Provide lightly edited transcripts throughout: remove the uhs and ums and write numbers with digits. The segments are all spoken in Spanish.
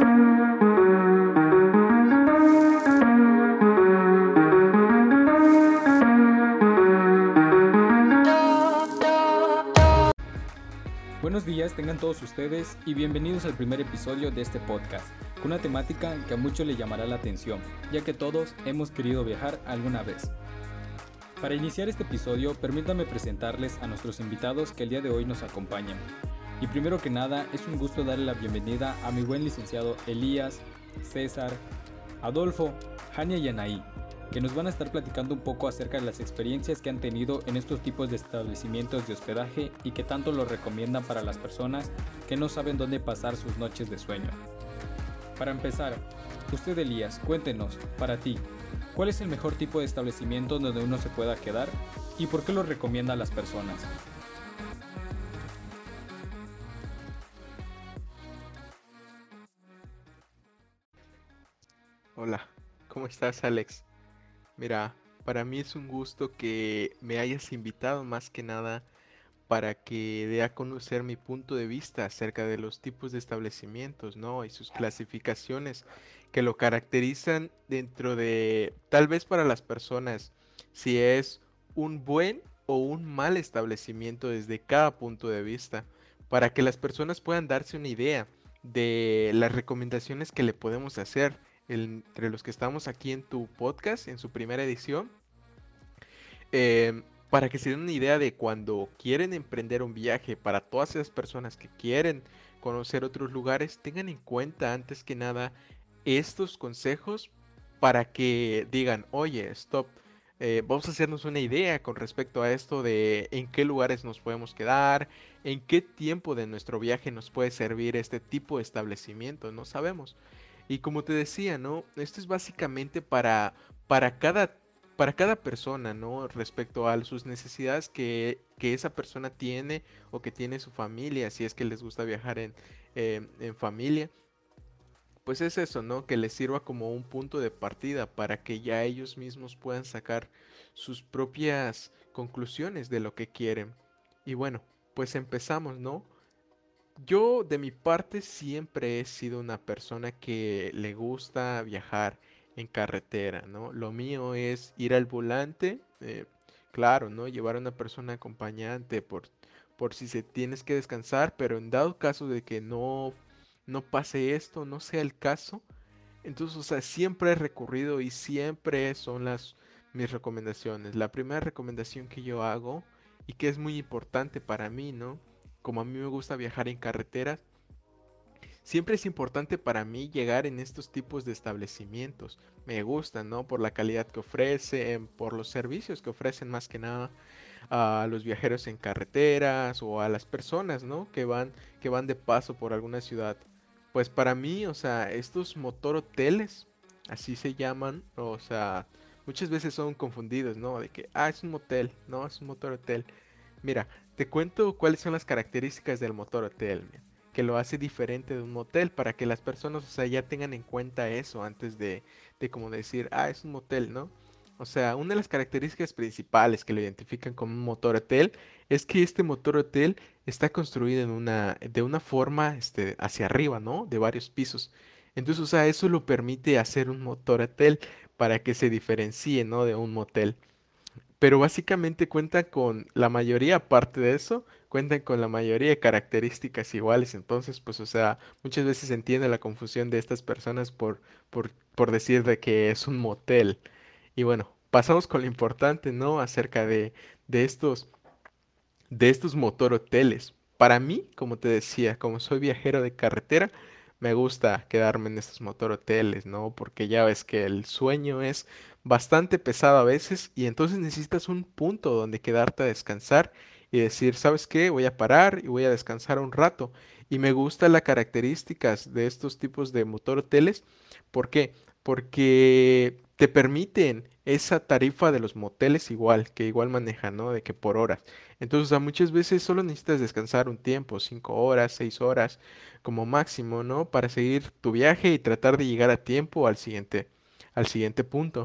Buenos días tengan todos ustedes y bienvenidos al primer episodio de este podcast, con una temática que a muchos le llamará la atención, ya que todos hemos querido viajar alguna vez. Para iniciar este episodio, permítanme presentarles a nuestros invitados que el día de hoy nos acompañan. Y primero que nada, es un gusto darle la bienvenida a mi buen licenciado Elías, César, Adolfo, Jania y Anaí, que nos van a estar platicando un poco acerca de las experiencias que han tenido en estos tipos de establecimientos de hospedaje y que tanto lo recomiendan para las personas que no saben dónde pasar sus noches de sueño. Para empezar, usted Elías, cuéntenos, para ti, ¿cuál es el mejor tipo de establecimiento donde uno se pueda quedar y por qué lo recomienda a las personas? Hola, ¿cómo estás, Alex? Mira, para mí es un gusto que me hayas invitado más que nada para que dé a conocer mi punto de vista acerca de los tipos de establecimientos, ¿no? Y sus clasificaciones que lo caracterizan dentro de, tal vez para las personas, si es un buen o un mal establecimiento desde cada punto de vista, para que las personas puedan darse una idea de las recomendaciones que le podemos hacer entre los que estamos aquí en tu podcast, en su primera edición, para que se den una idea de cuando quieren emprender un viaje, para todas esas personas que quieren conocer otros lugares, tengan en cuenta antes que nada estos consejos para que digan, oye, stop, vamos a hacernos una idea con respecto a esto de en qué lugares nos podemos quedar, en qué tiempo de nuestro viaje nos puede servir este tipo de establecimiento, no sabemos. Y como te decía, ¿no? Esto es básicamente para cada, para cada persona, ¿no? Respecto a sus necesidades que esa persona tiene o que tiene su familia, si es que les gusta viajar en familia. Pues es eso, ¿no? Que les sirva como un punto de partida para que ya ellos mismos puedan sacar sus propias conclusiones de lo que quieren. Y bueno, pues empezamos, ¿no? Yo de mi parte siempre he sido una persona que le gusta viajar en carretera, ¿no? Lo mío es ir al volante, claro, ¿no? Llevar a una persona acompañante por si se tienes que descansar, pero en dado caso de que no pase esto, no sea el caso, entonces, o sea, siempre he recurrido y siempre son mis recomendaciones. La primera recomendación que yo hago y que es muy importante para mí, ¿no? Como a mí me gusta viajar en carreteras, siempre es importante para mí llegar en estos tipos de establecimientos. Me gustan, ¿no? Por la calidad que ofrecen, por los servicios que ofrecen más que nada a los viajeros en carreteras o a las personas, ¿no? Que van de paso por alguna ciudad. Pues para mí, o sea, estos motor hoteles, así se llaman, o sea, muchas veces son confundidos, ¿no? De que, es un motel, no, es un motor hotel. Mira, te cuento cuáles son las características del motor hotel, mira, que lo hace diferente de un motel para que las personas, o sea, ya tengan en cuenta eso antes de como decir, es un motel, ¿no? O sea, una de las características principales que lo identifican como un motor hotel es que este motor hotel está construido de una forma, hacia arriba, ¿no? De varios pisos. Entonces, o sea, eso lo permite hacer un motor hotel para que se diferencie, ¿no? De un motel. Pero básicamente cuentan con la mayoría, aparte de eso, cuentan con la mayoría de características iguales. Entonces, pues, o sea, muchas veces se entiende la confusión de estas personas por decir de que es un motel. Y bueno, pasamos con lo importante, ¿no? Acerca de estos, de estos motor hoteles. Para mí, como te decía, como soy viajero de carretera, me gusta quedarme en estos motor hoteles, ¿no? Porque ya ves que el sueño es bastante pesado a veces y entonces necesitas un punto donde quedarte a descansar y decir, ¿sabes qué? Voy a parar y voy a descansar un rato. Y me gustan las características de estos tipos de motor hoteles. ¿Por qué? Porque te permiten esa tarifa de los moteles igual, que igual manejan, ¿no? De que por horas. Entonces, o sea, muchas veces solo necesitas descansar un tiempo, 5 horas, 6 horas, como máximo, ¿no? Para seguir tu viaje y tratar de llegar a tiempo al siguiente punto.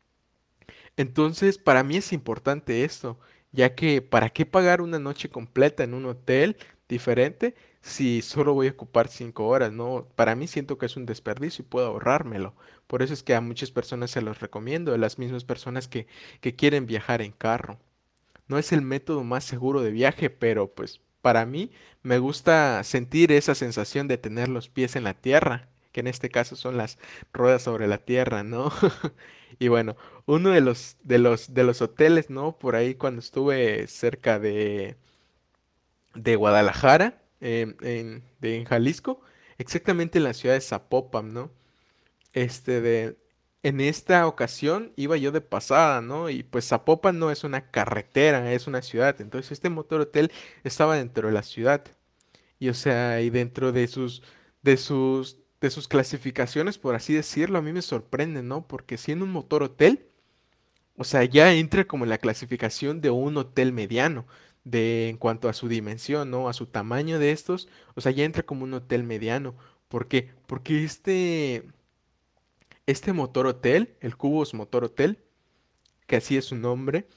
Entonces, para mí es importante esto, ya que ¿para qué pagar una noche completa en un hotel diferente si solo voy a ocupar 5 horas, ¿no? Para mí siento que es un desperdicio y puedo ahorrármelo. Por eso es que a muchas personas se los recomiendo, a las mismas personas que quieren viajar en carro. No es el método más seguro de viaje, pero pues para mí me gusta sentir esa sensación de tener los pies en la tierra, que en este caso son las ruedas sobre la tierra, ¿no? Y bueno, uno de los hoteles, ¿no? Por ahí cuando estuve cerca de Guadalajara, en Jalisco, exactamente en la ciudad de Zapopan, ¿no? Este de, en esta ocasión iba yo de pasada, ¿no? Y pues Zapopan no es una carretera, es una ciudad. Entonces este motor hotel estaba dentro de la ciudad. Y o sea, y dentro de sus clasificaciones, por así decirlo, a mí me sorprende, ¿no? Porque siendo un motor hotel, o sea, ya entra como en la clasificación de un hotel mediano, en cuanto a su dimensión, ¿no? A su tamaño de estos, o sea, ya entra como un hotel mediano. ¿Por qué? Porque este motor hotel, el Cubos Motor Hotel, que así es su nombre,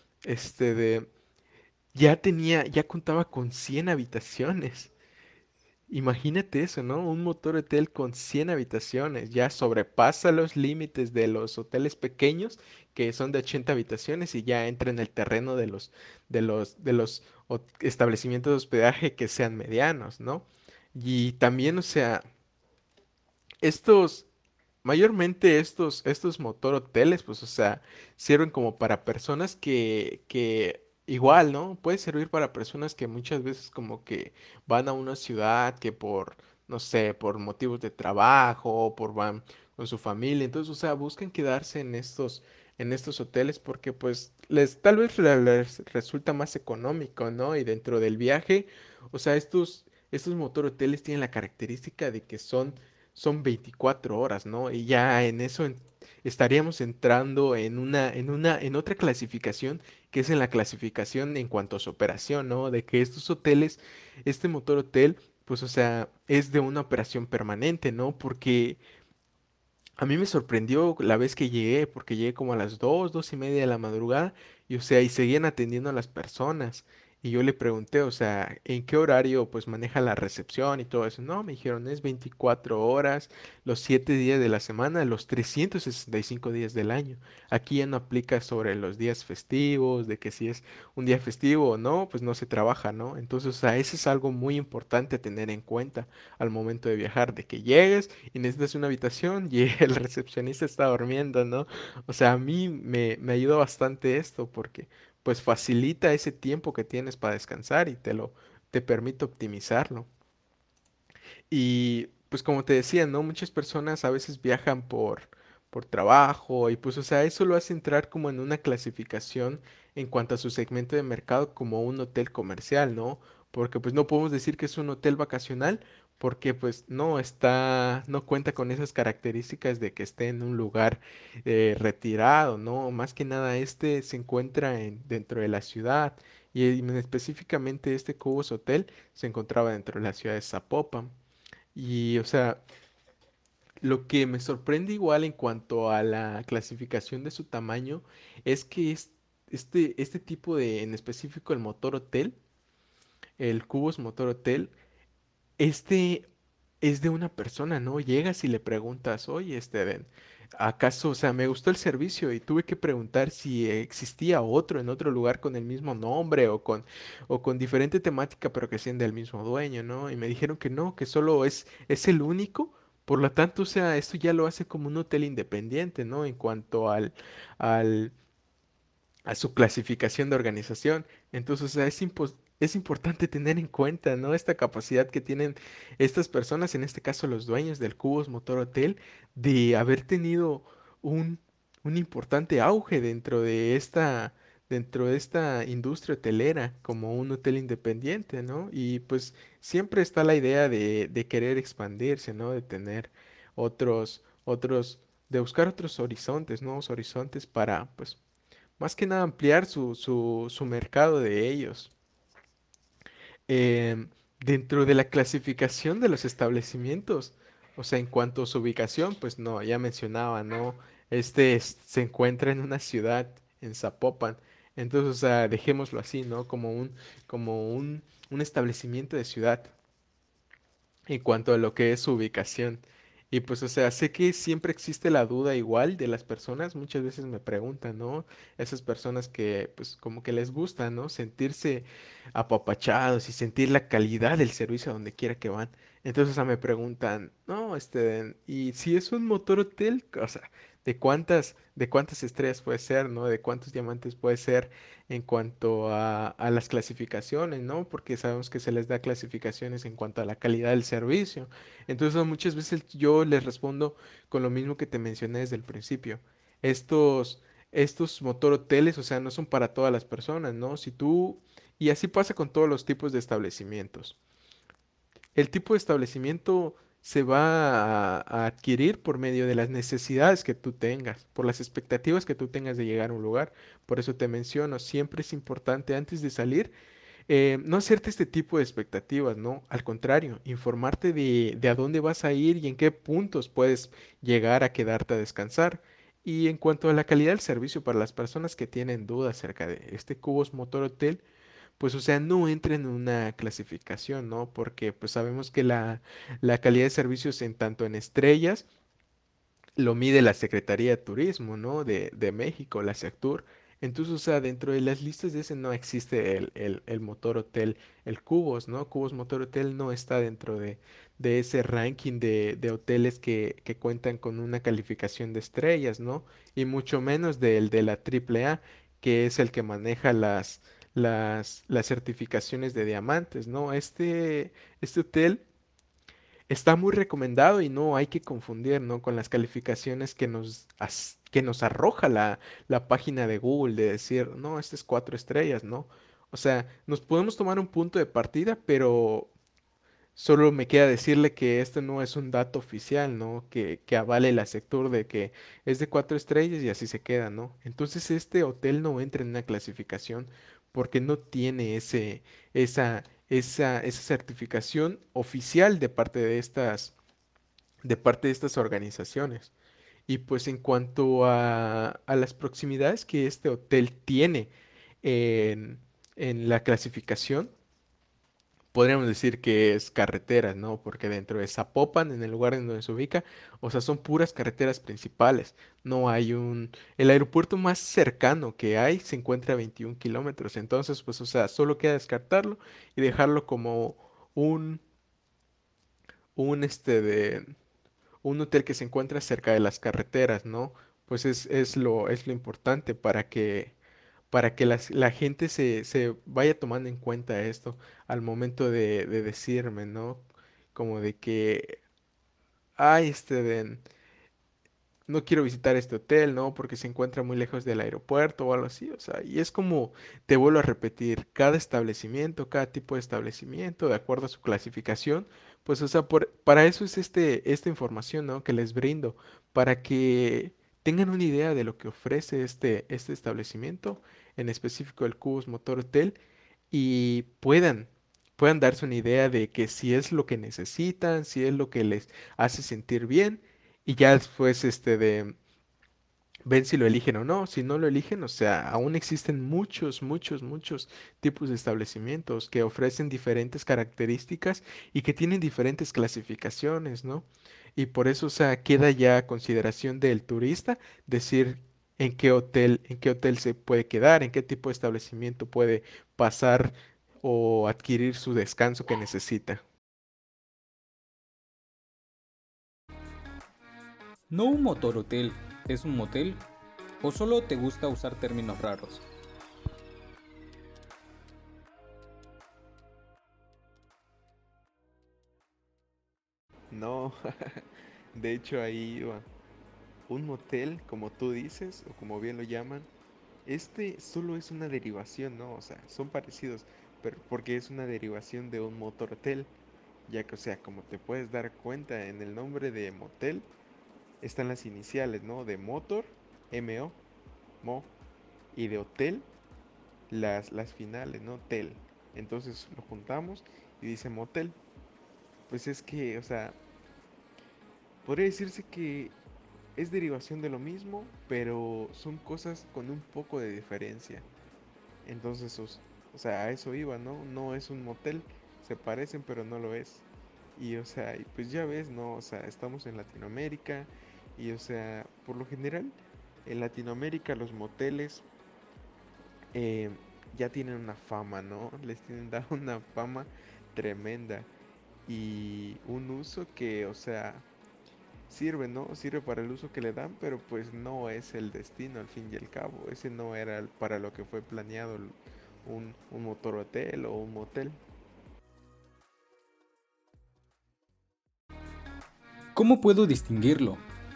ya contaba con 100 habitaciones. Imagínate eso, ¿no? Un motor hotel con 100 habitaciones ya sobrepasa los límites de los hoteles pequeños que son de 80 habitaciones y ya entra en el terreno de los establecimientos de hospedaje que sean medianos, ¿no? Y también, o sea, estos, mayormente estos motor hoteles, pues, o sea, sirven como para personas que igual, ¿no? Puede servir para personas que muchas veces como que van a una ciudad que por, no sé, por motivos de trabajo, o por van con su familia, entonces, o sea, buscan quedarse en estos hoteles porque pues tal vez les resulta más económico, ¿no? Y dentro del viaje, o sea, estos motor hoteles tienen la característica de que son 24 horas, ¿no? Y ya en eso estaríamos entrando en otra clasificación, que es en la clasificación en cuanto a su operación, ¿no? De que estos hoteles, este motor hotel, pues, o sea, es de una operación permanente, ¿no? Porque a mí me sorprendió la vez que llegué, porque llegué como a las 2:30 de la madrugada, y o sea, y seguían atendiendo a las personas. Y yo le pregunté, o sea, ¿en qué horario pues maneja la recepción y todo eso? No, me dijeron, es 24 horas, los 7 días de la semana, los 365 días del año. Aquí ya no aplica sobre los días festivos, de que si es un día festivo o no, pues no se trabaja, ¿no? Entonces, o sea, eso es algo muy importante a tener en cuenta al momento de viajar, de que llegues y necesitas una habitación y el recepcionista está durmiendo, ¿no? O sea, a mí me ayuda bastante esto porque pues facilita ese tiempo que tienes para descansar y te permite optimizarlo. Y pues como te decía, ¿no? Muchas personas a veces viajan por trabajo y pues o sea, eso lo hace entrar como en una clasificación en cuanto a su segmento de mercado como un hotel comercial, ¿no? Porque pues no podemos decir que es un hotel vacacional porque pues no cuenta con esas características de que esté en un lugar retirado, ¿no? Más que nada este se encuentra dentro de la ciudad y específicamente este Cubos Hotel se encontraba dentro de la ciudad de Zapopan. Y, o sea, lo que me sorprende igual en cuanto a la clasificación de su tamaño es que este tipo en específico el motor hotel, el Cubos Motor Hotel, este es de una persona, ¿no? Llegas y le preguntas, oye, ¿acaso, o sea, me gustó el servicio y tuve que preguntar si existía otro en otro lugar con el mismo nombre o con diferente temática, pero que sean del mismo dueño, ¿no? Y me dijeron que no, que solo es el único. Por lo tanto, o sea, esto ya lo hace como un hotel independiente, ¿no? En cuanto al, a su clasificación de organización. Entonces, o sea, es importante tener en cuenta, ¿no? Esta capacidad que tienen estas personas, en este caso los dueños del Cubos Motor Hotel, de haber tenido un, un importante auge dentro de esta industria hotelera como un hotel independiente, ¿no? Y pues siempre está la idea de querer expandirse, ¿no? De tener de buscar otros horizontes, nuevos horizontes para, pues, más que nada ampliar su mercado de ellos. Dentro de la clasificación de los establecimientos, o sea, en cuanto a su ubicación, pues no, ya mencionaba, ¿no? Se encuentra en una ciudad, en Zapopan. Entonces, o sea, dejémoslo así, ¿no? Como un establecimiento de ciudad. en cuanto a lo que es su ubicación. Y pues, o sea, sé que siempre existe la duda igual de las personas, muchas veces me preguntan, ¿no? Esas personas que pues como que les gusta, ¿no? Sentirse apapachados y sentir la calidad del servicio a donde quiera que van. Entonces, o sea, me preguntan, no, y si es un motor hotel, o sea, de cuántas estrellas puede ser, ¿no? De cuántos diamantes puede ser en cuanto a las clasificaciones, ¿no? Porque sabemos que se les da clasificaciones en cuanto a la calidad del servicio. Entonces, muchas veces yo les respondo con lo mismo que te mencioné desde el principio. Estos, estos motor hoteles, o sea, no son para todas las personas, ¿no? Si tú, y así pasa con todos los tipos de establecimientos. El tipo de establecimiento se va a adquirir por medio de las necesidades que tú tengas, por las expectativas que tú tengas de llegar a un lugar. Por eso te menciono, siempre es importante antes de salir no hacerte este tipo de expectativas, ¿no? Al contrario, informarte de a dónde vas a ir y en qué puntos puedes llegar a quedarte a descansar. Y en cuanto a la calidad del servicio para las personas que tienen dudas acerca de este Cubos Motor Hotel, pues o sea, no entren en una clasificación, ¿no? Porque pues sabemos que la calidad de servicios en tanto en estrellas lo mide la Secretaría de Turismo, ¿no? De México, la SECTUR. Entonces, o sea, dentro de las listas de ese no existe el motor hotel, el Cubos, ¿no? Cubos Motor Hotel no está dentro de ese ranking de hoteles que cuentan con una calificación de estrellas, ¿no? Y mucho menos del de la AAA, que es el que maneja las certificaciones de diamantes, ¿no? Este hotel está muy recomendado y no hay que confundir, ¿no? Con las calificaciones que nos arroja la página de Google de decir, no, este es 4 estrellas, ¿no? O sea, nos podemos tomar un punto de partida, pero solo me queda decirle que este no es un dato oficial, ¿no? Que avale la sector de que es de 4 estrellas y así se queda, ¿no? Entonces este hotel no entra en una clasificación porque no tiene esa certificación oficial de parte de estas organizaciones. Y pues en cuanto a las proximidades que este hotel tiene en, en la clasificación, podríamos decir que es carreteras, ¿no? Porque dentro de Zapopan, en el lugar en donde se ubica, o sea, son puras carreteras principales. No hay El aeropuerto más cercano que hay se encuentra a 21 kilómetros. Entonces, pues, o sea, solo queda descartarlo y dejarlo como un, un, este, de, un hotel que se encuentra cerca de las carreteras, ¿no? Pues es lo importante para que la gente se vaya tomando en cuenta esto al momento de decirme, ¿no? Como de que, ay, no quiero visitar este hotel, ¿no? Porque se encuentra muy lejos del aeropuerto o algo así, o sea, y es como, te vuelvo a repetir, cada establecimiento, cada tipo de establecimiento, de acuerdo a su clasificación, pues, o sea, para eso es esta información, ¿no? Que les brindo, para que tengan una idea de lo que ofrece este establecimiento, en específico el Cubos Motor Hotel, y puedan darse una idea de que si es lo que necesitan, si es lo que les hace sentir bien y ya después ven si lo eligen o no. Si no lo eligen, o sea, aún existen muchos tipos de establecimientos que ofrecen diferentes características y que tienen diferentes clasificaciones, ¿no? Y por eso, o sea, queda ya a consideración del turista decir en qué hotel se puede quedar, en qué tipo de establecimiento puede pasar o adquirir su descanso que necesita. ¿No un motor hotel es un motel? ¿O solo te gusta usar términos raros? No, de hecho ahí iba. Un motel, como tú dices, o como bien lo llaman, este solo es una derivación, ¿no? O sea, son parecidos, pero porque es una derivación de un motor hotel, ya que, o sea, como te puedes dar cuenta, en el nombre de motel están las iniciales, ¿no? De motor, MO, mo, y de hotel, las finales, ¿no? Tel. Entonces lo juntamos y dice motel. Pues es que, o sea, podría decirse que es derivación de lo mismo, pero son cosas con un poco de diferencia. Entonces, o sea, a eso iba, ¿no? No es un motel, se parecen, pero no lo es. Y o sea, y pues ya ves, ¿no? O sea, estamos en Latinoamérica y o sea, por lo general en Latinoamérica los moteles eh, ya tienen una fama, ¿no? Les tienen dado una fama tremenda y un uso que, o sea, sirve, ¿no? Sirve para el uso que le dan, pero pues no es el destino al fin y al cabo. Ese no era para lo que fue planeado un motor hotel o un motel. ¿Cómo puedo distinguirlo?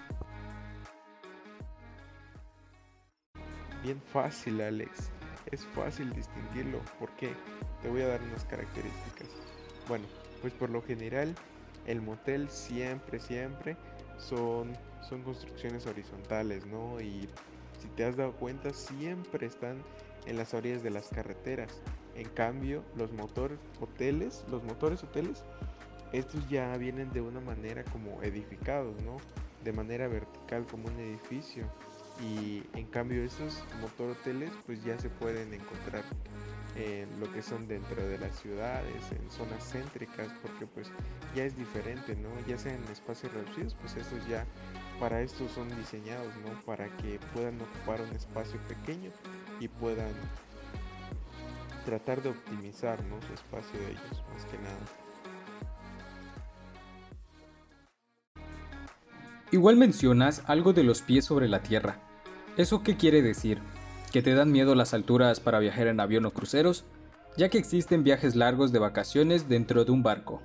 Bien fácil, Alex. Es fácil distinguirlo. ¿Por qué? Te voy a dar unas características. Bueno, pues por lo general, el motel siempre son construcciones horizontales, ¿no? Y si te has dado cuenta, siempre están en las orillas de las carreteras. En cambio, los motores hoteles, estos ya vienen de una manera como edificados, ¿no? De manera vertical como un edificio. Y en cambio estos motor-hoteles pues ya se pueden encontrar en lo que son dentro de las ciudades, en zonas céntricas, porque pues ya es diferente, ¿no? Ya sean en espacios reducidos, pues estos ya para esto son diseñados, ¿no? Para que puedan ocupar un espacio pequeño y puedan tratar de optimizar, ¿no? Su espacio de ellos, más que nada. Igual mencionas algo de los pies sobre la tierra. ¿Eso qué quiere decir? ¿Que te dan miedo las alturas para viajar en avión o cruceros? Ya que existen viajes largos de vacaciones dentro de un barco.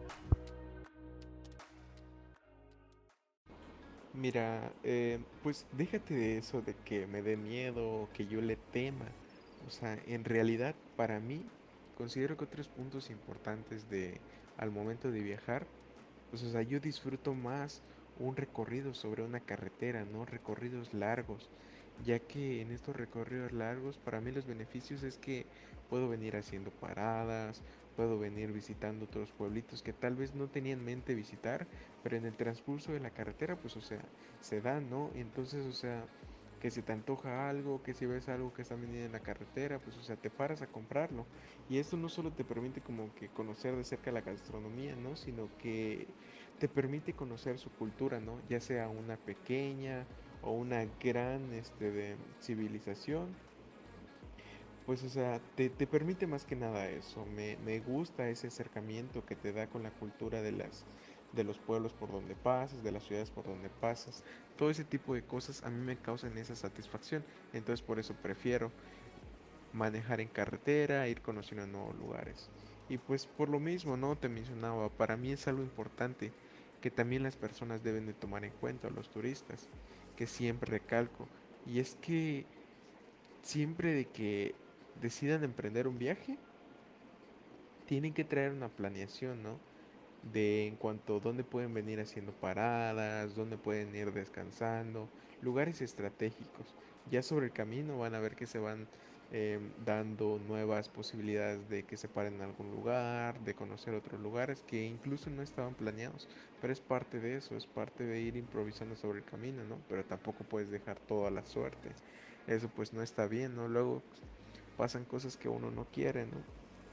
Mira, pues déjate de eso de que me dé miedo o que yo le tema. O sea, en realidad para mí considero que otros puntos importantes de al momento de viajar, pues o sea, yo disfruto más un recorrido sobre una carretera, ¿no? Recorridos largos, ya que en estos recorridos largos para mí los beneficios es que puedo venir haciendo paradas, puedo venir visitando otros pueblitos que tal vez no tenía en mente visitar, pero en el transcurso de la carretera, pues o sea, se da, ¿no? Entonces, o sea, que si te antoja algo, que si ves algo que está vendiendo en la carretera, pues o sea, te paras a comprarlo. Y esto no solo te permite como que conocer de cerca la gastronomía, ¿no? Sino que te permite conocer su cultura, ¿no? Ya sea una pequeña o una gran de civilización, pues o sea, te permite más que nada eso. Me gusta ese acercamiento que te da con la cultura de los pueblos por donde pasas, de las ciudades por donde pasas. Todo ese tipo de cosas a mí me causan esa satisfacción. Entonces por eso prefiero manejar en carretera, ir conociendo nuevos lugares. Y pues por lo mismo, ¿no? Te mencionaba, para mí es algo importante que también las personas deben de tomar en cuenta, los turistas, que siempre recalco. Y es que siempre de que decidan emprender un viaje, tienen que traer una planeación, ¿no? De en cuanto a dónde pueden venir haciendo paradas, dónde pueden ir descansando, lugares estratégicos. Ya sobre el camino van a ver que se van dando nuevas posibilidades de que se paren en algún lugar, de conocer otros lugares que incluso no estaban planeados, pero es parte de eso, es parte de ir improvisando sobre el camino, ¿no? Pero tampoco puedes dejar todo a la suerte. Eso pues no está bien, ¿no? Luego pasan cosas que uno no quiere, ¿no?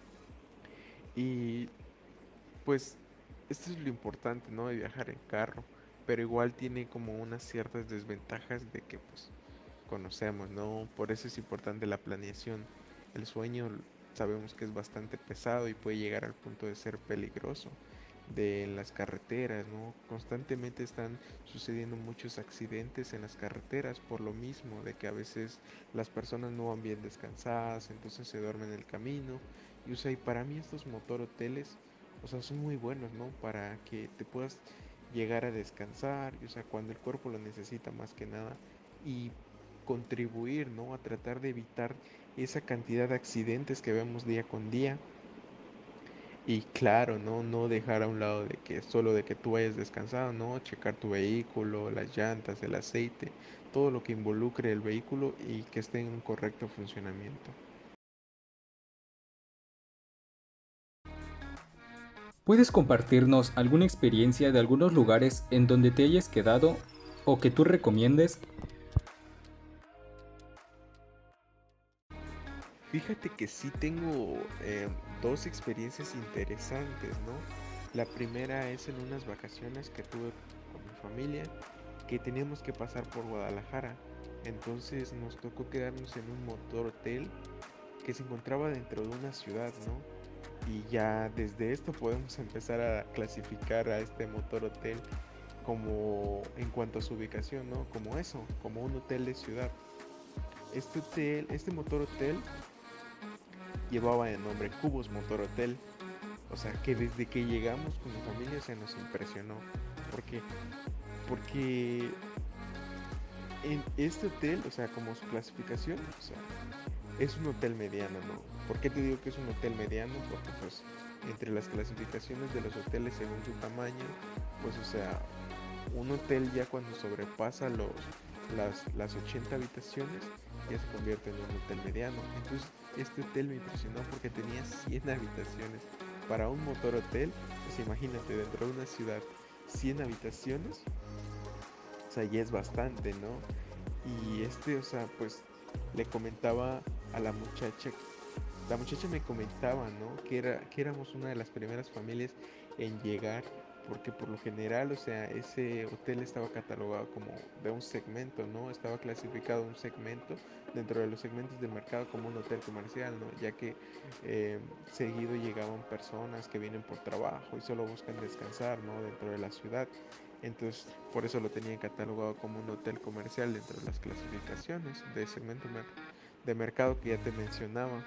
Y pues esto es lo importante, ¿no? De viajar en carro, pero igual tiene como unas ciertas desventajas de que pues conocemos, ¿no? Por eso es importante la planeación. El sueño sabemos que es bastante pesado y puede llegar al punto de ser peligroso de las carreteras, ¿no? Constantemente están sucediendo muchos accidentes en las carreteras por lo mismo, de que a veces las personas no van bien descansadas, entonces se duermen en el camino. Y o sea, y para mí estos motor hoteles, o sea, son muy buenos, ¿no? Para que te puedas llegar a descansar, y, o sea, cuando el cuerpo lo necesita más que nada, y contribuir, ¿no? A tratar de evitar esa cantidad de accidentes que vemos día con día. Y claro, no dejar a un lado de que solo de que tú vayas descansado, no checar tu vehículo, las llantas, el aceite, todo lo que involucre el vehículo y que esté en un correcto funcionamiento. ¿Puedes compartirnos alguna experiencia de algunos lugares en donde te hayas quedado o que tú recomiendes? Fíjate que sí tengo dos experiencias interesantes, ¿no? La primera es en unas vacaciones que tuve con mi familia, que teníamos que pasar por Guadalajara. Entonces nos tocó quedarnos en un motor hotel que se encontraba dentro de una ciudad, ¿no? Y ya desde esto podemos empezar a clasificar a este motor hotel como en cuanto a su ubicación, ¿no? Como eso, como un hotel de ciudad. Este hotel, este motor hotel llevaba el nombre Cubos Motor Hotel. O sea que desde que llegamos con mi familia se nos impresionó. ¿Por qué? Porque en este hotel, o sea, como su clasificación, o sea, es un hotel mediano, ¿no? ¿Por qué te digo que es un hotel mediano? Porque pues entre las clasificaciones de los hoteles según su tamaño, pues o sea, un hotel ya cuando sobrepasa las 80 habitaciones ya se convierte en un hotel mediano. Entonces este hotel me impresionó porque tenía 100 habitaciones. Para un motor hotel, pues imagínate, dentro de una ciudad, 100 habitaciones, o sea, ya es bastante, ¿no? Y o sea, pues le comentaba a la muchacha me comentaba, ¿no? Que éramos una de las primeras familias en llegar, porque por lo general, o sea, ese hotel estaba catalogado como de un segmento, ¿no? Estaba clasificado un segmento dentro de los segmentos del mercado como un hotel comercial, ¿no? Ya que seguido llegaban personas que vienen por trabajo y solo buscan descansar, ¿no? Dentro de la ciudad. Entonces, por eso lo tenían catalogado como un hotel comercial dentro de las clasificaciones de segmento de mercado que ya te mencionaba.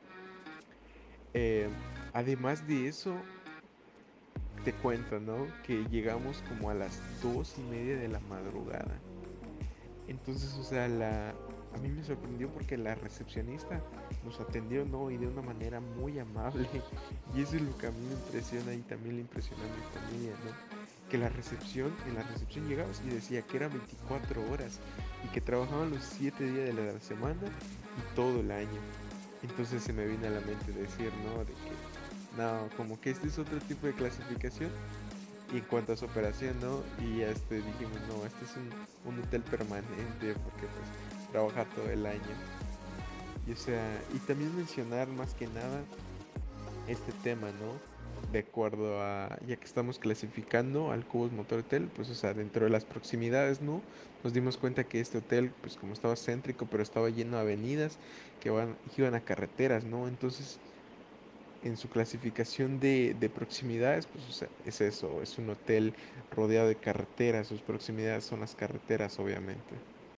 Eh, Además de eso, te cuento, ¿no? Que llegamos como a las 2:30 de la madrugada. Entonces, o sea, a mí me sorprendió porque la recepcionista nos atendió, ¿no? Y de una manera muy amable. Y eso es lo que a mí me impresiona y también le impresiona a mi familia, ¿no? Que en la recepción llegabas y decía que eran 24 horas y que trabajaban los 7 días de la semana y todo el año. Entonces se me vino a la mente decir, ¿no? De que, no, como que este es otro tipo de clasificación y en cuanto a su operación, ¿no? Y dijimos, no, este es un hotel permanente porque pues trabaja todo el año. Y o sea, y también mencionar más que nada este tema, ¿no? De acuerdo a, ya que estamos clasificando al Cubos Motor Hotel, pues o sea, dentro de las proximidades, ¿no? Nos dimos cuenta que este hotel, pues como estaba céntrico, pero estaba lleno de avenidas que iban a carreteras, ¿no? Entonces, en su clasificación de proximidades, pues o sea, es eso, es un hotel rodeado de carreteras, sus proximidades son las carreteras, obviamente.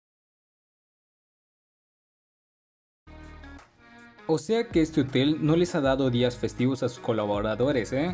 O sea que este hotel no les ha dado días festivos a sus colaboradores, ¿eh?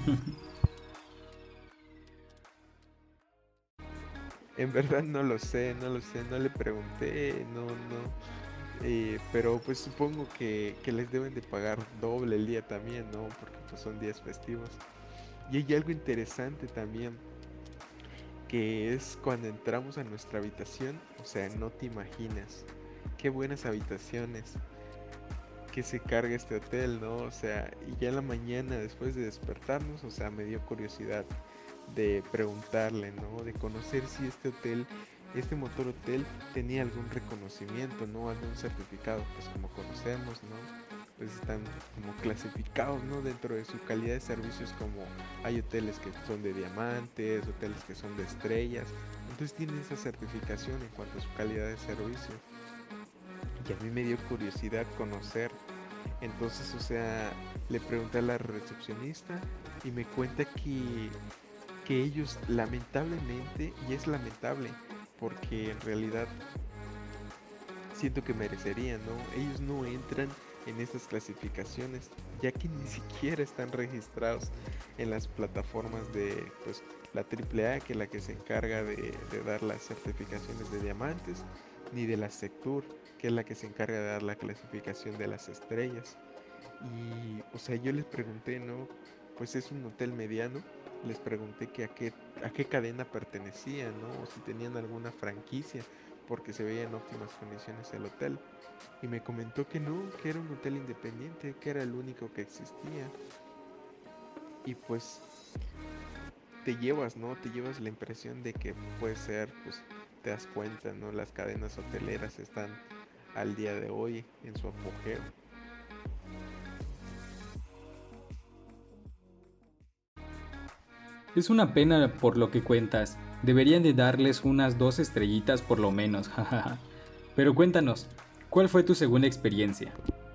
En verdad no lo sé, no lo sé, no le pregunté, no, pero pues supongo que les deben de pagar doble el día también, ¿no? Porque pues son días festivos. Y hay algo interesante también, que es cuando entramos a nuestra habitación, o sea, no te imaginas, qué buenas habitaciones que se carga este hotel, ¿no? O sea, y ya en la mañana después de despertarnos, o sea, me dio curiosidad de preguntarle, ¿no? De conocer si este hotel, este motor hotel tenía algún reconocimiento, ¿no? Algún certificado, pues como conocemos, ¿no? Pues están como clasificados, ¿no? Dentro de su calidad de servicios, como hay hoteles que son de diamantes, hoteles que son de estrellas, entonces tienen esa certificación en cuanto a su calidad de servicio. Y a mí me dio curiosidad conocer. Entonces, o sea, le pregunté a la recepcionista y me cuenta que ellos lamentablemente, y es lamentable, porque en realidad siento que merecerían, ¿no? Ellos no entran en estas clasificaciones, ya que ni siquiera están registrados en las plataformas de, pues, la AAA, que es la que se encarga de dar las certificaciones de diamantes, ni de la Sectur, que es la que se encarga de dar la clasificación de las estrellas. Y, o sea, yo les pregunté, ¿no? Pues es un hotel mediano. Les pregunté que a qué cadena pertenecían, ¿no? O si tenían alguna franquicia, porque se veía en óptimas condiciones el hotel. Y me comentó que no, que era un hotel independiente, que era el único que existía. Y pues te llevas, ¿no? Te llevas la impresión de que puede ser, pues te das cuenta, ¿no? Las cadenas hoteleras están al día de hoy en su apogeo. Es una pena por lo que cuentas. Deberían de darles unas 2 estrellitas por lo menos, jajaja. Pero cuéntanos, ¿cuál fue tu segunda experiencia?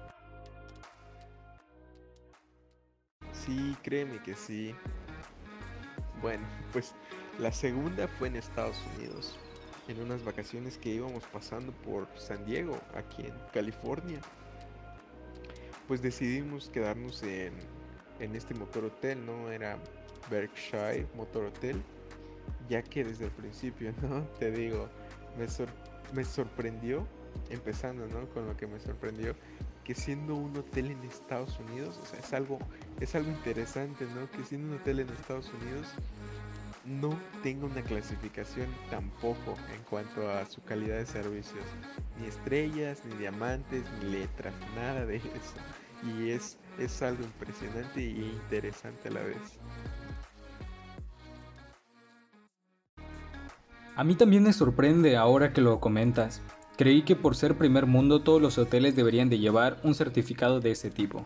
Sí, créeme que sí. Bueno, pues la segunda fue en Estados Unidos, en unas vacaciones que íbamos pasando por San Diego, aquí en California. Pues decidimos quedarnos en este motor hotel, ¿no? Era Berkshire Motor Hotel, ya que desde el principio, ¿no? Te digo, me, sor- me sorprendió, empezando, ¿no? Con lo que me sorprendió, que siendo un hotel en Estados Unidos, o sea, es algo interesante, ¿no? Que siendo un hotel en Estados Unidos no tenga una clasificación tampoco en cuanto a su calidad de servicios, ni estrellas, ni diamantes, ni letras, nada de eso. Y es algo impresionante e interesante a la vez. A mí también me sorprende ahora que lo comentas. Creí que por ser primer mundo todos los hoteles deberían de llevar un certificado de ese tipo.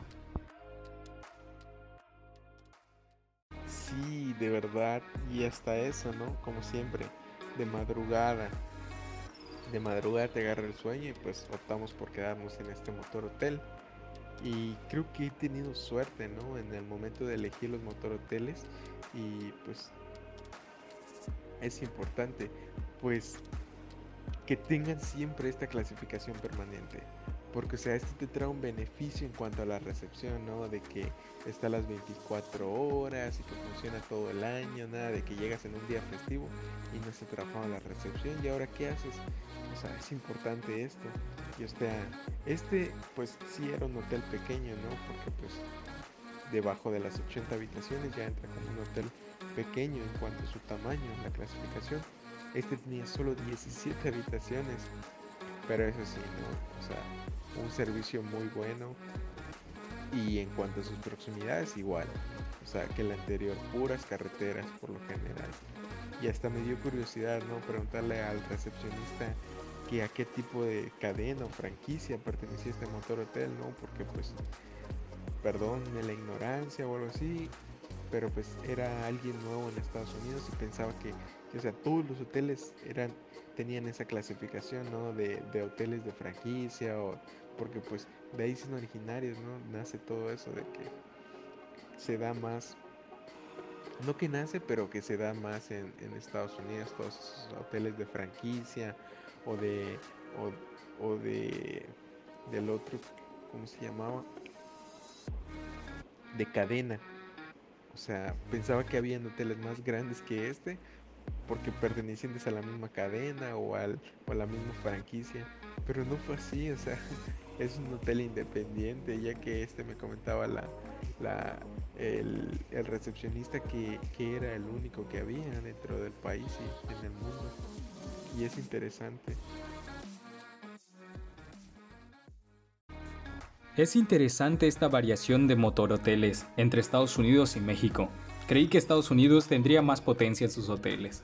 Sí, de verdad, y hasta eso, ¿no? Como siempre, de madrugada. De madrugada te agarra el sueño y pues optamos por quedarnos en este motor hotel. Y creo que he tenido suerte, ¿no? En el momento de elegir los motor hoteles y pues es importante, pues que tengan siempre esta clasificación permanente. Porque, o sea, esto te trae un beneficio en cuanto a la recepción, ¿no? De que está a las 24 horas y que funciona todo el año, nada de que llegas en un día festivo y no se trabajaba la recepción. ¿Y ahora qué haces? O sea, es importante esto. Y o sea, este, pues sí era un hotel pequeño, ¿no? Porque, pues, debajo de las 80 habitaciones ya entra como un hotel pequeño en cuanto a su tamaño en la clasificación. Este tenía solo 17 habitaciones, pero eso sí, ¿no? O sea, un servicio muy bueno y en cuanto a sus proximidades igual. O sea, que el anterior, puras carreteras por lo general. Y hasta me dio curiosidad, ¿no? Preguntarle al recepcionista que a qué tipo de cadena o franquicia pertenecía este motor hotel, ¿no? Porque pues, perdón de la ignorancia o algo así, pero pues era alguien nuevo en Estados Unidos y pensaba o sea, todos los hoteles tenían esa clasificación, ¿no? De hoteles de franquicia o porque pues de ahí son originarios, ¿no? Nace todo eso de que se da más, no que nace, pero que se da más en Estados Unidos, todos esos hoteles de franquicia o de, o de, del otro, ¿cómo se llamaba? De cadena. O sea, pensaba que había hoteles más grandes que este, porque pertenecientes a la misma cadena o a la misma franquicia. Pero no fue así, o sea, es un hotel independiente, ya que este me comentaba la, el recepcionista que era el único que había dentro del país y en el mundo. Y es interesante. Es interesante esta variación de motorhoteles entre Estados Unidos y México. Creí que Estados Unidos tendría más potencia en sus hoteles.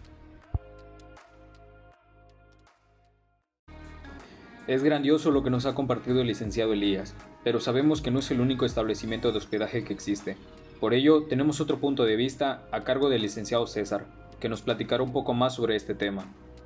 Es grandioso lo que nos ha compartido el licenciado Elías, pero sabemos que no es el único establecimiento de hospedaje que existe. Por ello, tenemos otro punto de vista a cargo del licenciado César, que nos platicará un poco más sobre este tema.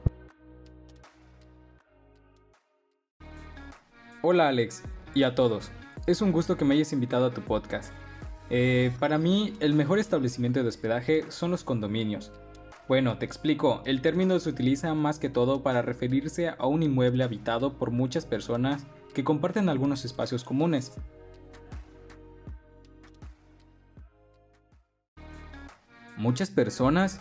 Hola Alex, y a todos. Es un gusto que me hayas invitado a tu podcast. Para mí, el mejor establecimiento de hospedaje son los condominios. Bueno, te explico, el término se utiliza más que todo para referirse a un inmueble habitado por muchas personas que comparten algunos espacios comunes. ¿Muchas personas?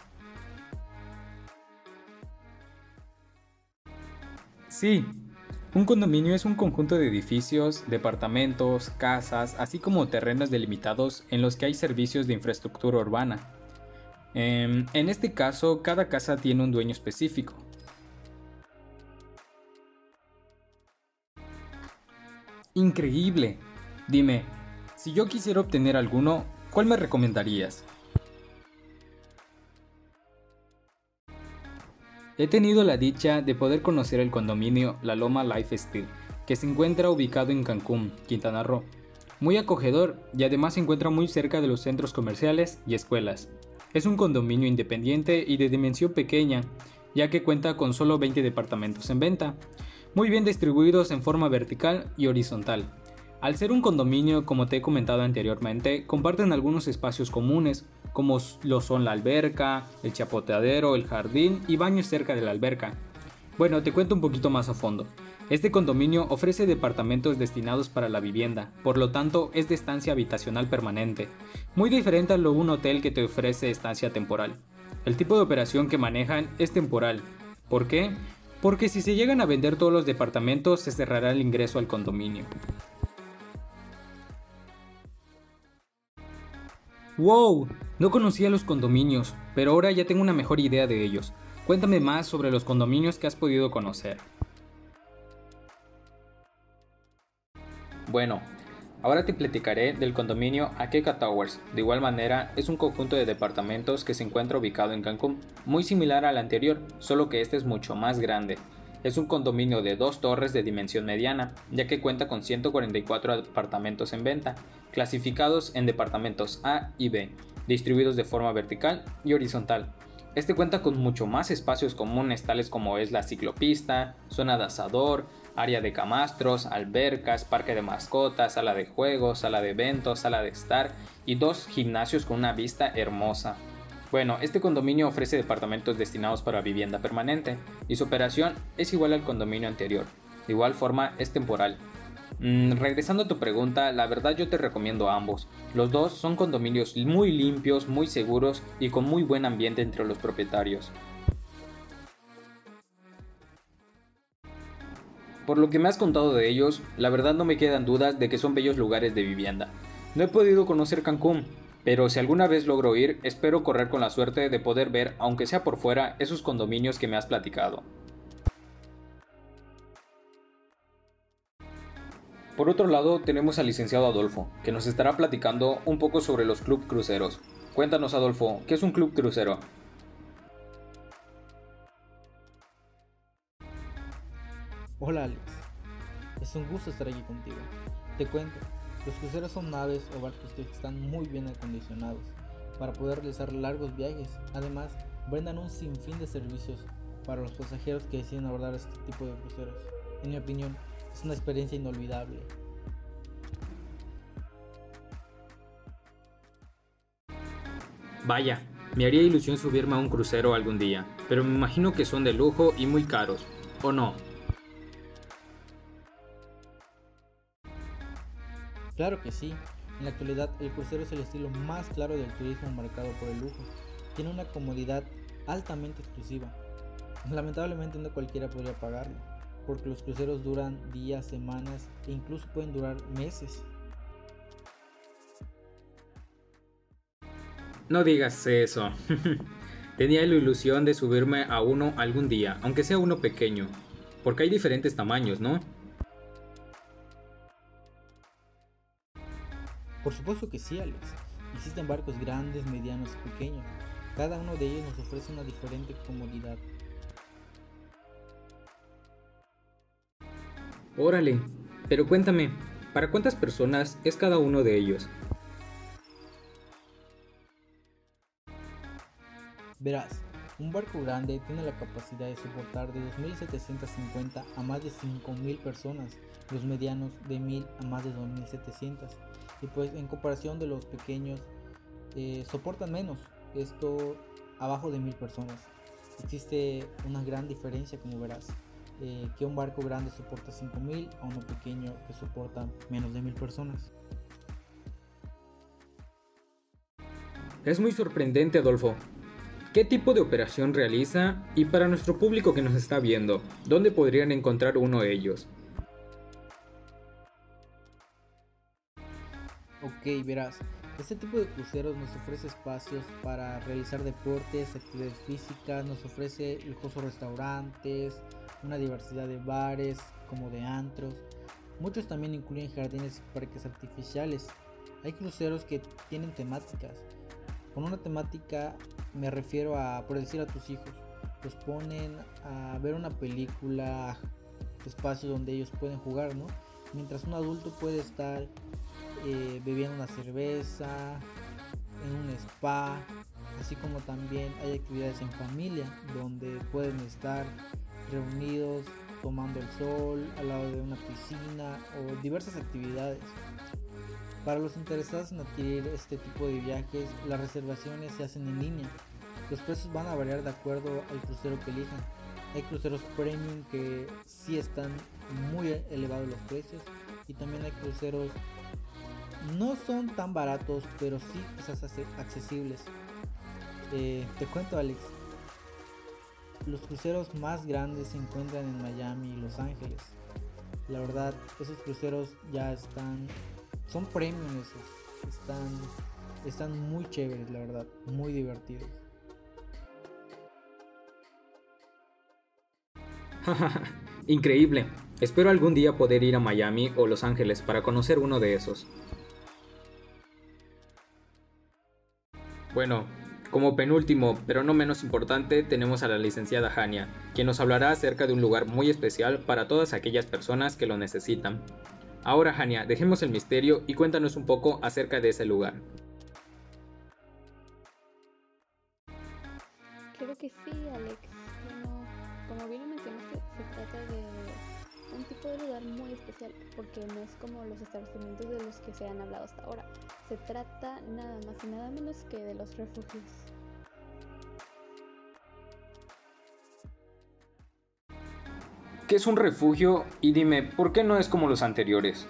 Sí, un condominio es un conjunto de edificios, departamentos, casas, así como terrenos delimitados en los que hay servicios de infraestructura urbana. En este caso, cada casa tiene un dueño específico. Increíble. Dime, si yo quisiera obtener alguno, ¿cuál me recomendarías? He tenido la dicha de poder conocer el condominio La Loma Lifestyle, que se encuentra ubicado en Cancún, Quintana Roo. Muy acogedor y además se encuentra muy cerca de los centros comerciales y escuelas. Es un condominio independiente y de dimensión pequeña, ya que cuenta con solo 20 departamentos en venta, muy bien distribuidos en forma vertical y horizontal. Al ser un condominio, como te he comentado anteriormente, comparten algunos espacios comunes, como lo son la alberca, el chapoteadero, el jardín y baños cerca de la alberca. Bueno, te cuento un poquito más a fondo. Este condominio ofrece departamentos destinados para la vivienda, por lo tanto es de estancia habitacional permanente, muy diferente a un hotel que te ofrece estancia temporal. El tipo de operación que manejan es temporal. ¿Por qué? Porque si se llegan a vender todos los departamentos se cerrará el ingreso al condominio. ¡Wow! No conocía los condominios, pero ahora ya tengo una mejor idea de ellos. Cuéntame más sobre los condominios que has podido conocer. Bueno, ahora te platicaré del condominio Akeka Towers. De igual manera, es un conjunto de departamentos que se encuentra ubicado en Cancún, muy similar al anterior, solo que este es mucho más grande. Es un condominio de 2 torres de dimensión mediana, ya que cuenta con 144 apartamentos en venta, clasificados en departamentos A y B, distribuidos de forma vertical y horizontal. Este cuenta con mucho más espacios comunes tales como es la ciclopista, zona de asador, área de camastros, albercas, parque de mascotas, sala de juegos, sala de eventos, sala de estar y 2 gimnasios con una vista hermosa. Bueno, este condominio ofrece departamentos destinados para vivienda permanente y su operación es igual al condominio anterior. De igual forma es temporal. Regresando a tu pregunta, la verdad yo te recomiendo ambos. Los dos son condominios muy limpios, muy seguros y con muy buen ambiente entre los propietarios. Por lo que me has contado de ellos, la verdad no me quedan dudas de que son bellos lugares de vivienda. No he podido conocer Cancún, pero si alguna vez logro ir, espero correr con la suerte de poder ver, aunque sea por fuera, esos condominios que me has platicado. Por otro lado, tenemos al licenciado Adolfo, que nos estará platicando un poco sobre los club cruceros. Cuéntanos, Adolfo, ¿qué es un club crucero? Hola Alex, es un gusto estar aquí contigo. Te cuento, los cruceros son naves o barcos que están muy bien acondicionados para poder realizar largos viajes. Además, brindan un sinfín de servicios para los pasajeros que deciden abordar este tipo de cruceros. En mi opinión, es una experiencia inolvidable. Vaya, me haría ilusión subirme a un crucero algún día, pero me imagino que son de lujo y muy caros, ¿o no? Claro que sí, en la actualidad el crucero es el estilo más claro del turismo marcado por el lujo. Tiene una comodidad altamente exclusiva. Lamentablemente no cualquiera podría pagarlo, porque los cruceros duran días, semanas e incluso pueden durar meses. No digas eso. Tenía la ilusión de subirme a uno algún día, aunque sea uno pequeño, porque hay diferentes tamaños, ¿no? Por supuesto que sí, Alex. Existen barcos grandes, medianos y pequeños. Cada uno de ellos nos ofrece una diferente comodidad. Órale, pero cuéntame, ¿para cuántas personas es cada uno de ellos? Verás, un barco grande tiene la capacidad de soportar de 2.750 a más de 5.000 personas, los medianos de 1.000 a más de 2.700. Y pues en comparación de los pequeños, soportan menos, esto abajo de 1.000 personas. Existe una gran diferencia, como verás, que un barco grande soporta 5.000 a uno pequeño que soporta menos de 1.000 personas. Es muy sorprendente, Adolfo. ¿Qué tipo de operación realiza? Y para nuestro público que nos está viendo, ¿dónde podrían encontrar uno de ellos? Ok, verás, este tipo de cruceros nos ofrece espacios para realizar deportes, actividades físicas, nos ofrece lujosos restaurantes, una diversidad de bares como de antros. Muchos también incluyen jardines y parques artificiales. Hay cruceros que tienen temáticas. Con una temática me refiero a, por decir a tus hijos, los ponen a ver una película, espacios donde ellos pueden jugar, ¿no? Mientras un adulto puede estar bebiendo una cerveza, en un spa, así como también hay actividades en familia donde pueden estar reunidos tomando el sol al lado de una piscina o diversas actividades. Para los interesados en adquirir este tipo de viajes, las reservaciones se hacen en línea. Los precios van a variar de acuerdo al crucero que elijan. Hay cruceros premium que sí están muy elevados los precios, y también hay cruceros no son tan baratos, pero sí quizás accesibles. Te cuento, Alex, los cruceros más grandes se encuentran en Miami y Los Ángeles. La verdad, esos cruceros ya son premium esos, están muy chéveres, la verdad, muy divertidos. Increíble. Espero algún día poder ir a Miami o Los Ángeles para conocer uno de esos. Bueno, como penúltimo, pero no menos importante, tenemos a la licenciada Hania, quien nos hablará acerca de un lugar muy especial para todas aquellas personas que lo necesitan. Ahora, Hania, dejemos el misterio y cuéntanos un poco acerca de ese lugar. Claro que sí, Alex. Bueno, como bien lo mencionaste, se trata de un tipo de lugar muy especial, porque no es como los establecimientos de los que se han hablado hasta ahora. Se trata nada más y nada menos que de los refugios. ¿Qué es un refugio? Y dime, ¿por qué no es como los anteriores?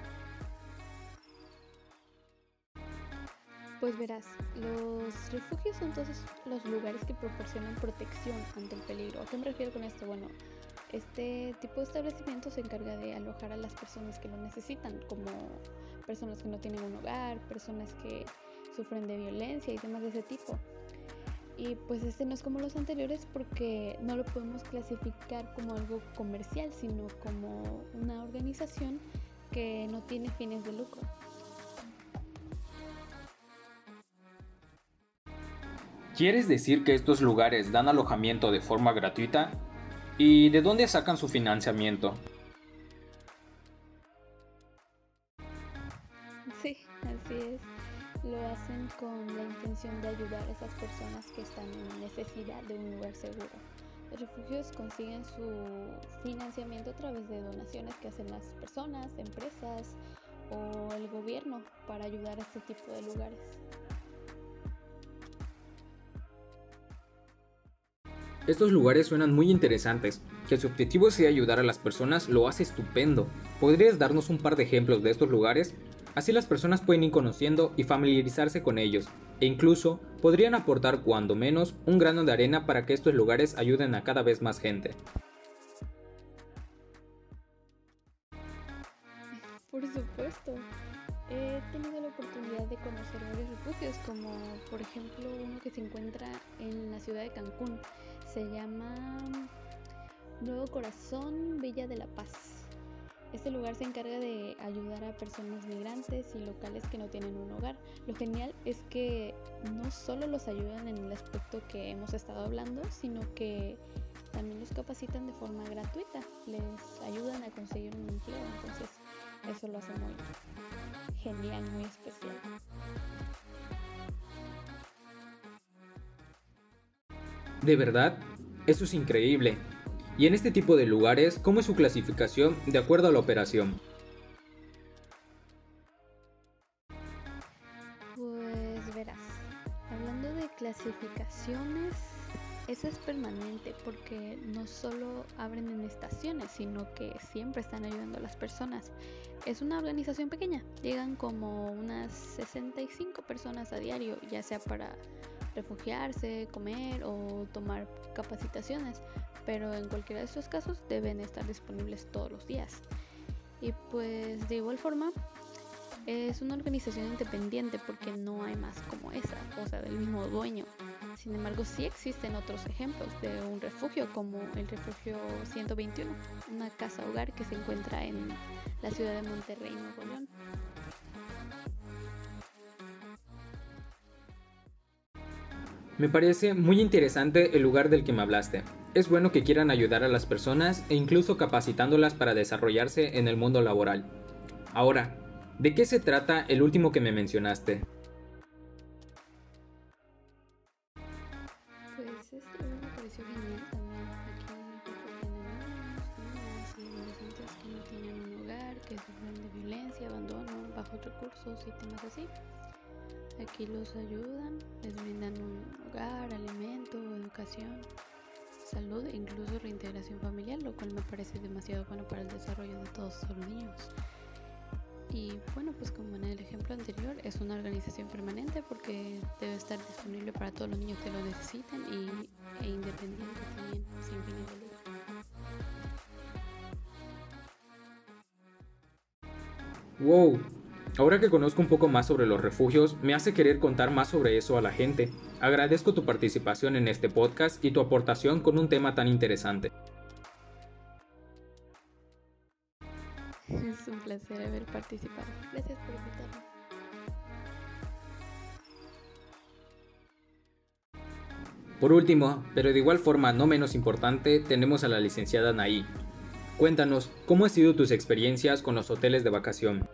Pues verás, los refugios son todos los lugares que proporcionan protección ante el peligro. ¿A qué me refiero con esto? Bueno, este tipo de establecimiento se encarga de alojar a las personas que lo necesitan, como personas que no tienen un hogar, personas que sufren de violencia y demás de ese tipo. Y pues este no es como los anteriores porque no lo podemos clasificar como algo comercial, sino como una organización que no tiene fines de lucro. ¿Quieres decir que estos lugares dan alojamiento de forma gratuita? ¿Y de dónde sacan su financiamiento? Sí, así es. Lo hacen con la intención de ayudar a esas personas que están en necesidad de un lugar seguro. Los refugios consiguen su financiamiento a través de donaciones que hacen las personas, empresas o el gobierno para ayudar a este tipo de lugares. Estos lugares suenan muy interesantes. Que su objetivo sea ayudar a las personas lo hace estupendo. ¿Podrías darnos un par de ejemplos de estos lugares? Así las personas pueden ir conociendo y familiarizarse con ellos, e incluso podrían aportar cuando menos un grano de arena para que estos lugares ayuden a cada vez más gente. Por supuesto. He tenido la oportunidad de conocer varios refugios, como por ejemplo uno que se encuentra en la ciudad de Cancún. Se llama Nuevo Corazón Villa de la Paz. Este lugar se encarga de ayudar a personas migrantes y locales que no tienen un hogar. Lo genial es que no solo los ayudan en el aspecto que hemos estado hablando, sino que también los capacitan de forma gratuita. Les ayudan a conseguir un empleo, entonces eso lo hace muy genial, muy especial. ¿De verdad? Eso es increíble. Y en este tipo de lugares, ¿cómo es su clasificación de acuerdo a la operación? Pues verás, hablando de clasificaciones, eso es permanente porque no solo abren en estaciones, sino que siempre están ayudando a las personas. Es una organización pequeña, llegan como unas 65 personas a diario, ya sea para refugiarse, comer o tomar capacitaciones, pero en cualquiera de estos casos deben estar disponibles todos los días. Y pues de igual forma es una organización independiente porque no hay más como esa, o sea, del mismo dueño. Sin embargo, sí existen otros ejemplos de un refugio como el refugio 121, una casa hogar que se encuentra en la ciudad de Monterrey, Nuevo León. Me parece muy interesante el lugar del que me hablaste. Es bueno que quieran ayudar a las personas e incluso capacitándolas para desarrollarse en el mundo laboral. Ahora, ¿de qué se trata el último que me mencionaste? recursos y temas así. Aquí los ayudan, les brindan un hogar, alimento, educación, salud e incluso reintegración familiar, lo cual me parece demasiado bueno para el desarrollo de todos los niños. Y bueno, pues como en el ejemplo anterior, es una organización permanente porque debe estar disponible para todos los niños que lo necesiten e independiente también, sin fines de lucro. ¡Wow! Ahora que conozco un poco más sobre los refugios, me hace querer contar más sobre eso a la gente. Agradezco tu participación en este podcast y tu aportación con un tema tan interesante. Es un placer haber participado. Gracias por invitarme. Por último, pero de igual forma no menos importante, tenemos a la licenciada Anaí. Cuéntanos, ¿cómo han sido tus experiencias con los hoteles de vacación?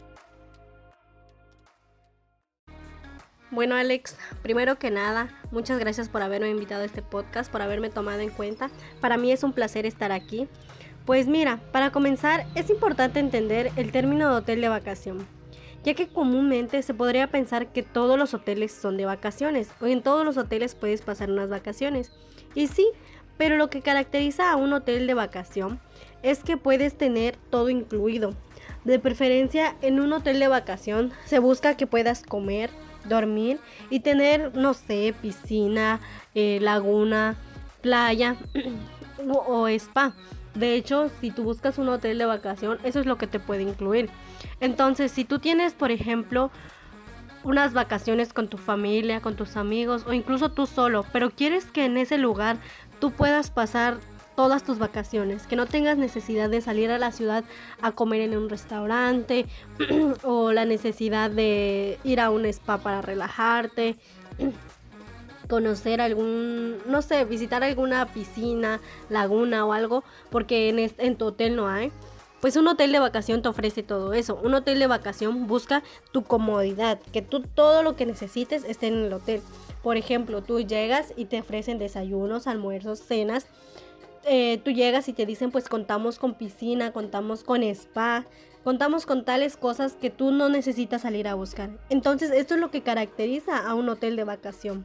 Bueno, Alex, primero que nada, muchas gracias por haberme invitado a este podcast, por haberme tomado en cuenta. Para mí es un placer estar aquí. Pues mira, para comenzar, es importante entender el término de hotel de vacación, ya que comúnmente se podría pensar que todos los hoteles son de vacaciones, o en todos los hoteles puedes pasar unas vacaciones. Y sí, pero lo que caracteriza a un hotel de vacación es que puedes tener todo incluido. De preferencia, en un hotel de vacación se busca que puedas comer, dormir y tener, no sé, piscina, laguna, playa o spa. De hecho, si tú buscas un hotel de vacación, eso es lo que te puede incluir. Entonces, si tú tienes, por ejemplo, unas vacaciones con tu familia, con tus amigos o incluso tú solo, pero quieres que en ese lugar tú puedas pasar todas tus vacaciones, que no tengas necesidad de salir a la ciudad a comer en un restaurante o la necesidad de ir a un spa para relajarte, conocer algún, no sé, visitar alguna piscina, laguna o algo, porque en tu hotel no hay. Pues un hotel de vacación te ofrece todo eso. Un hotel de vacación busca tu comodidad, que tú todo lo que necesites esté en el hotel. Por ejemplo, tú llegas y te ofrecen desayunos, almuerzos, cenas. Tú llegas y te dicen, pues contamos con piscina, contamos con spa, contamos con tales cosas que tú no necesitas salir a buscar. Entonces, esto es lo que caracteriza a un hotel de vacación.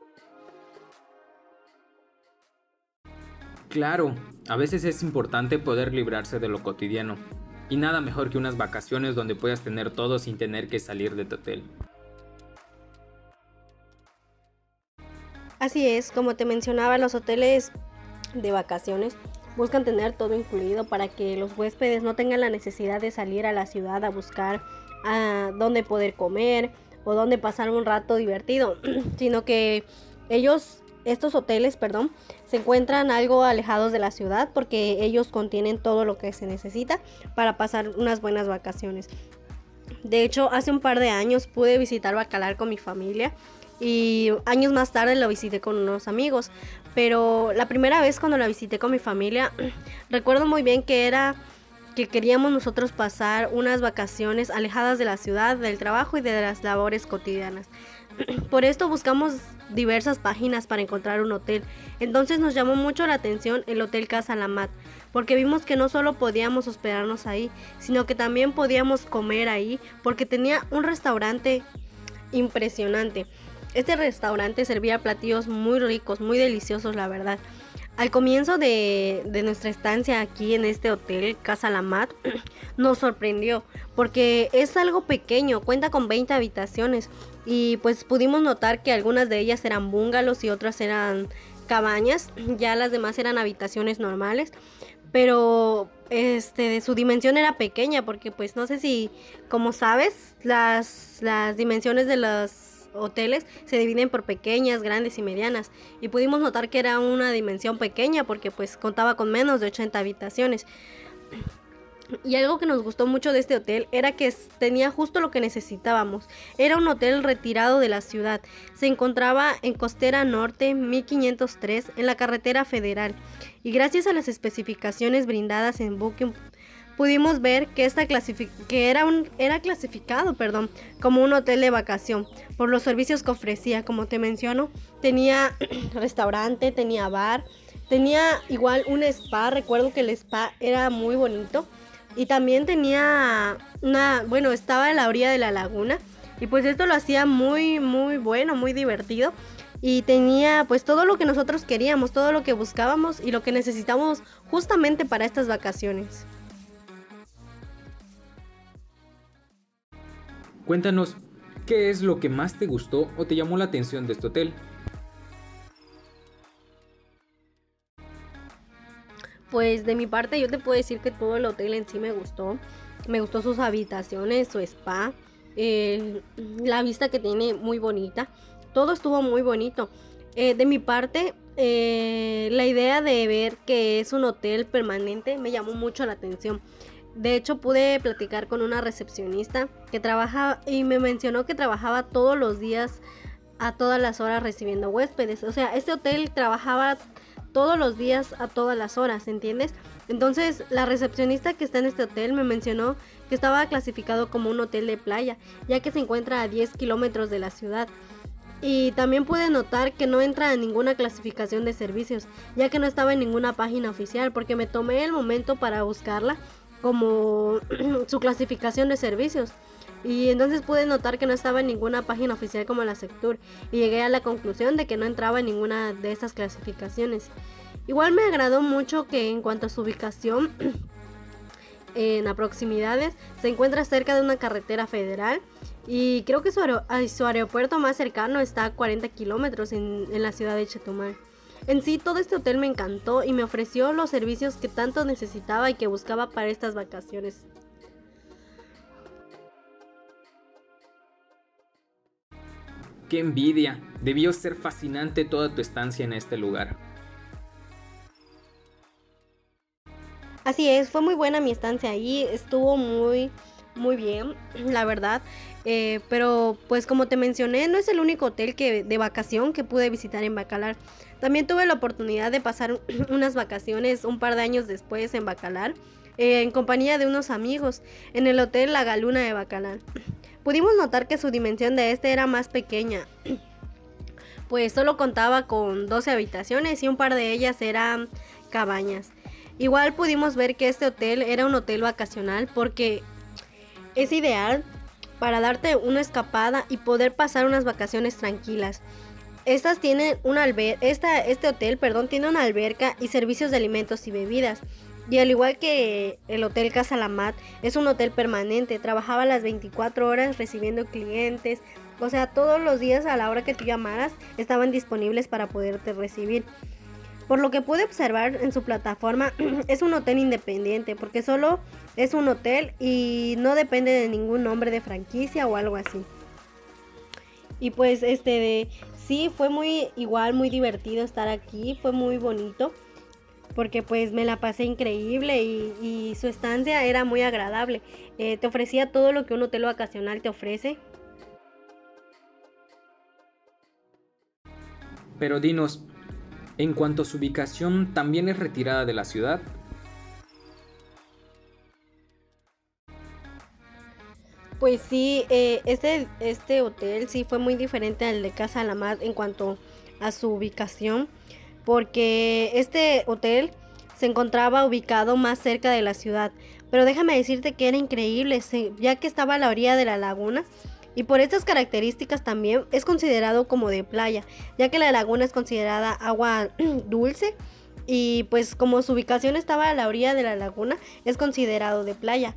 Claro, a veces es importante poder librarse de lo cotidiano. Y nada mejor que unas vacaciones donde puedas tener todo sin tener que salir de tu hotel. Así es, como te mencionaba, los hoteles de vacaciones buscan tener todo incluido para que los huéspedes no tengan la necesidad de salir a la ciudad a buscar dónde poder comer o dónde pasar un rato divertido, sino que estos hoteles, se encuentran algo alejados de la ciudad porque ellos contienen todo lo que se necesita para pasar unas buenas vacaciones. De hecho, hace un par de años pude visitar Bacalar con mi familia y años más tarde lo visité con unos amigos, pero la primera vez cuando la visité con mi familia recuerdo muy bien que queríamos nosotros pasar unas vacaciones alejadas de la ciudad, del trabajo y de las labores cotidianas. Por esto buscamos diversas páginas para encontrar un hotel. Entonces nos llamó mucho la atención el Hotel Casa Lamat, porque vimos que no solo podíamos hospedarnos ahí, sino que también podíamos comer ahí, porque tenía un restaurante impresionante. Este restaurante servía platillos muy ricos, muy deliciosos, la verdad. Al comienzo de nuestra estancia aquí en este hotel, Casa Lamat, nos sorprendió porque es algo pequeño, cuenta con 20 habitaciones y pues pudimos notar que algunas de ellas eran bungalows y otras eran cabañas, ya las demás eran habitaciones normales, pero de su dimensión era pequeña porque pues no sé si, como sabes, las dimensiones de los hoteles se dividen por pequeñas, grandes y medianas, y pudimos notar que era una dimensión pequeña porque pues contaba con menos de 80 habitaciones. Y algo que nos gustó mucho de este hotel era que tenía justo lo que necesitábamos. Era un hotel retirado de la ciudad. Se encontraba en Costera Norte 1503 en la carretera federal. Y gracias a las especificaciones brindadas en Booking pudimos ver que era clasificado como un hotel de vacación por los servicios que ofrecía. Como te menciono, tenía restaurante, tenía bar, tenía igual un spa. Recuerdo que el spa era muy bonito. y también tenía estaba a la orilla de la laguna, y pues esto lo hacía muy muy bueno, muy divertido, y tenía pues todo lo que nosotros queríamos, todo lo que buscábamos y lo que necesitamos justamente para estas vacaciones. Cuéntanos, ¿qué es lo que más te gustó o te llamó la atención de este hotel? Pues de mi parte yo te puedo decir que todo el hotel en sí me gustó sus habitaciones, su spa, la vista que tiene muy bonita, todo estuvo muy bonito. De mi parte, la idea de ver que es un hotel permanente me llamó mucho la atención. De hecho, pude platicar con una recepcionista que trabaja y me mencionó que trabajaba todos los días a todas las horas recibiendo huéspedes. O sea, este hotel trabajaba todos los días a todas las horas, ¿entiendes? Entonces, la recepcionista que está en este hotel me mencionó que estaba clasificado como un hotel de playa, ya que se encuentra a 10 kilómetros de la ciudad. Y también pude notar que no entra en ninguna clasificación de servicios, ya que no estaba en ninguna página oficial, porque me tomé el momento para buscarla como su clasificación de servicios. Y entonces pude notar que no estaba en ninguna página oficial como la Sectur, y llegué a la conclusión de que no entraba en ninguna de estas clasificaciones. Igual me agradó mucho que en cuanto a su ubicación en las proximidades se encuentra cerca de una carretera federal, y creo que su aeropuerto más cercano está a 40 kilómetros en la ciudad de Chetumal. En sí, todo este hotel me encantó y me ofreció los servicios que tanto necesitaba y que buscaba para estas vacaciones. ¡Qué envidia! Debió ser fascinante toda tu estancia en este lugar. Así es, fue muy buena mi estancia ahí, estuvo muy bien, la verdad. Pero pues como te mencioné, no es el único hotel de vacación que pude visitar en Bacalar. También tuve la oportunidad de pasar unas vacaciones un par de años después en Bacalar, en compañía de unos amigos, en el hotel La Galuna de Bacalar. Pudimos notar que su dimensión de este era más pequeña, pues solo contaba con 12 habitaciones y un par de ellas eran cabañas. Igual pudimos ver que este hotel era un hotel vacacional porque es ideal para darte una escapada y poder pasar unas vacaciones tranquilas. Este hotel tiene una alberca y servicios de alimentos y bebidas. Y al igual que el Hotel Casa Lamat, es un hotel permanente, trabajaba las 24 horas recibiendo clientes, o sea, todos los días a la hora que tú llamaras estaban disponibles para poderte recibir. Por lo que pude observar en su plataforma, es un hotel independiente, porque solo es un hotel y no depende de ningún nombre de franquicia o algo así. Y pues sí, fue muy divertido estar aquí, fue muy bonito, porque pues me la pasé increíble y su estancia era muy agradable. Te ofrecía todo lo que un hotel vacacional te ofrece. Pero dinos, en cuanto a su ubicación, ¿también es retirada de la ciudad? Pues sí, este hotel sí fue muy diferente al de Casa Lamat en cuanto a su ubicación, porque este hotel se encontraba ubicado más cerca de la ciudad, pero déjame decirte que era increíble, ya que estaba a la orilla de la laguna, y por estas características también es considerado como de playa, ya que la laguna es considerada agua dulce, y pues como su ubicación estaba a la orilla de la laguna, es considerado de playa.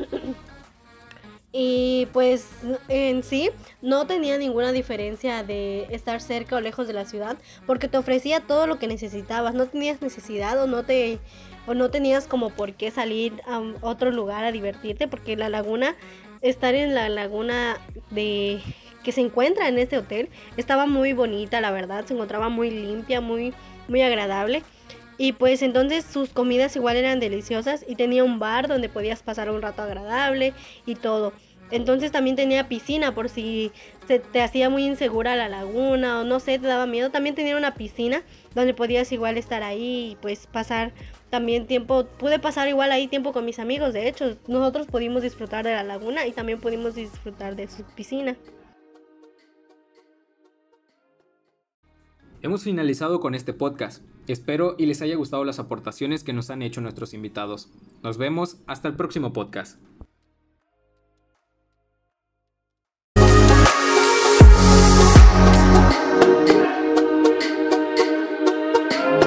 Y pues en sí no tenía ninguna diferencia de estar cerca o lejos de la ciudad, porque te ofrecía todo lo que necesitabas. No tenías necesidad o no tenías como por qué salir a otro lugar a divertirte, porque estar en la laguna que se encuentra en este hotel estaba muy bonita, la verdad, se encontraba muy limpia, muy agradable. Y pues entonces sus comidas igual eran deliciosas y tenía un bar donde podías pasar un rato agradable y todo. Entonces también tenía piscina por si se te hacía muy insegura la laguna o no sé, te daba miedo. También tenía una piscina donde podías igual estar ahí y pues pasar también tiempo. Pude pasar igual ahí tiempo con mis amigos. De hecho, nosotros pudimos disfrutar de la laguna y también pudimos disfrutar de su piscina. Hemos finalizado con este podcast. Espero y les haya gustado las aportaciones que nos han hecho nuestros invitados. Nos vemos hasta el próximo podcast.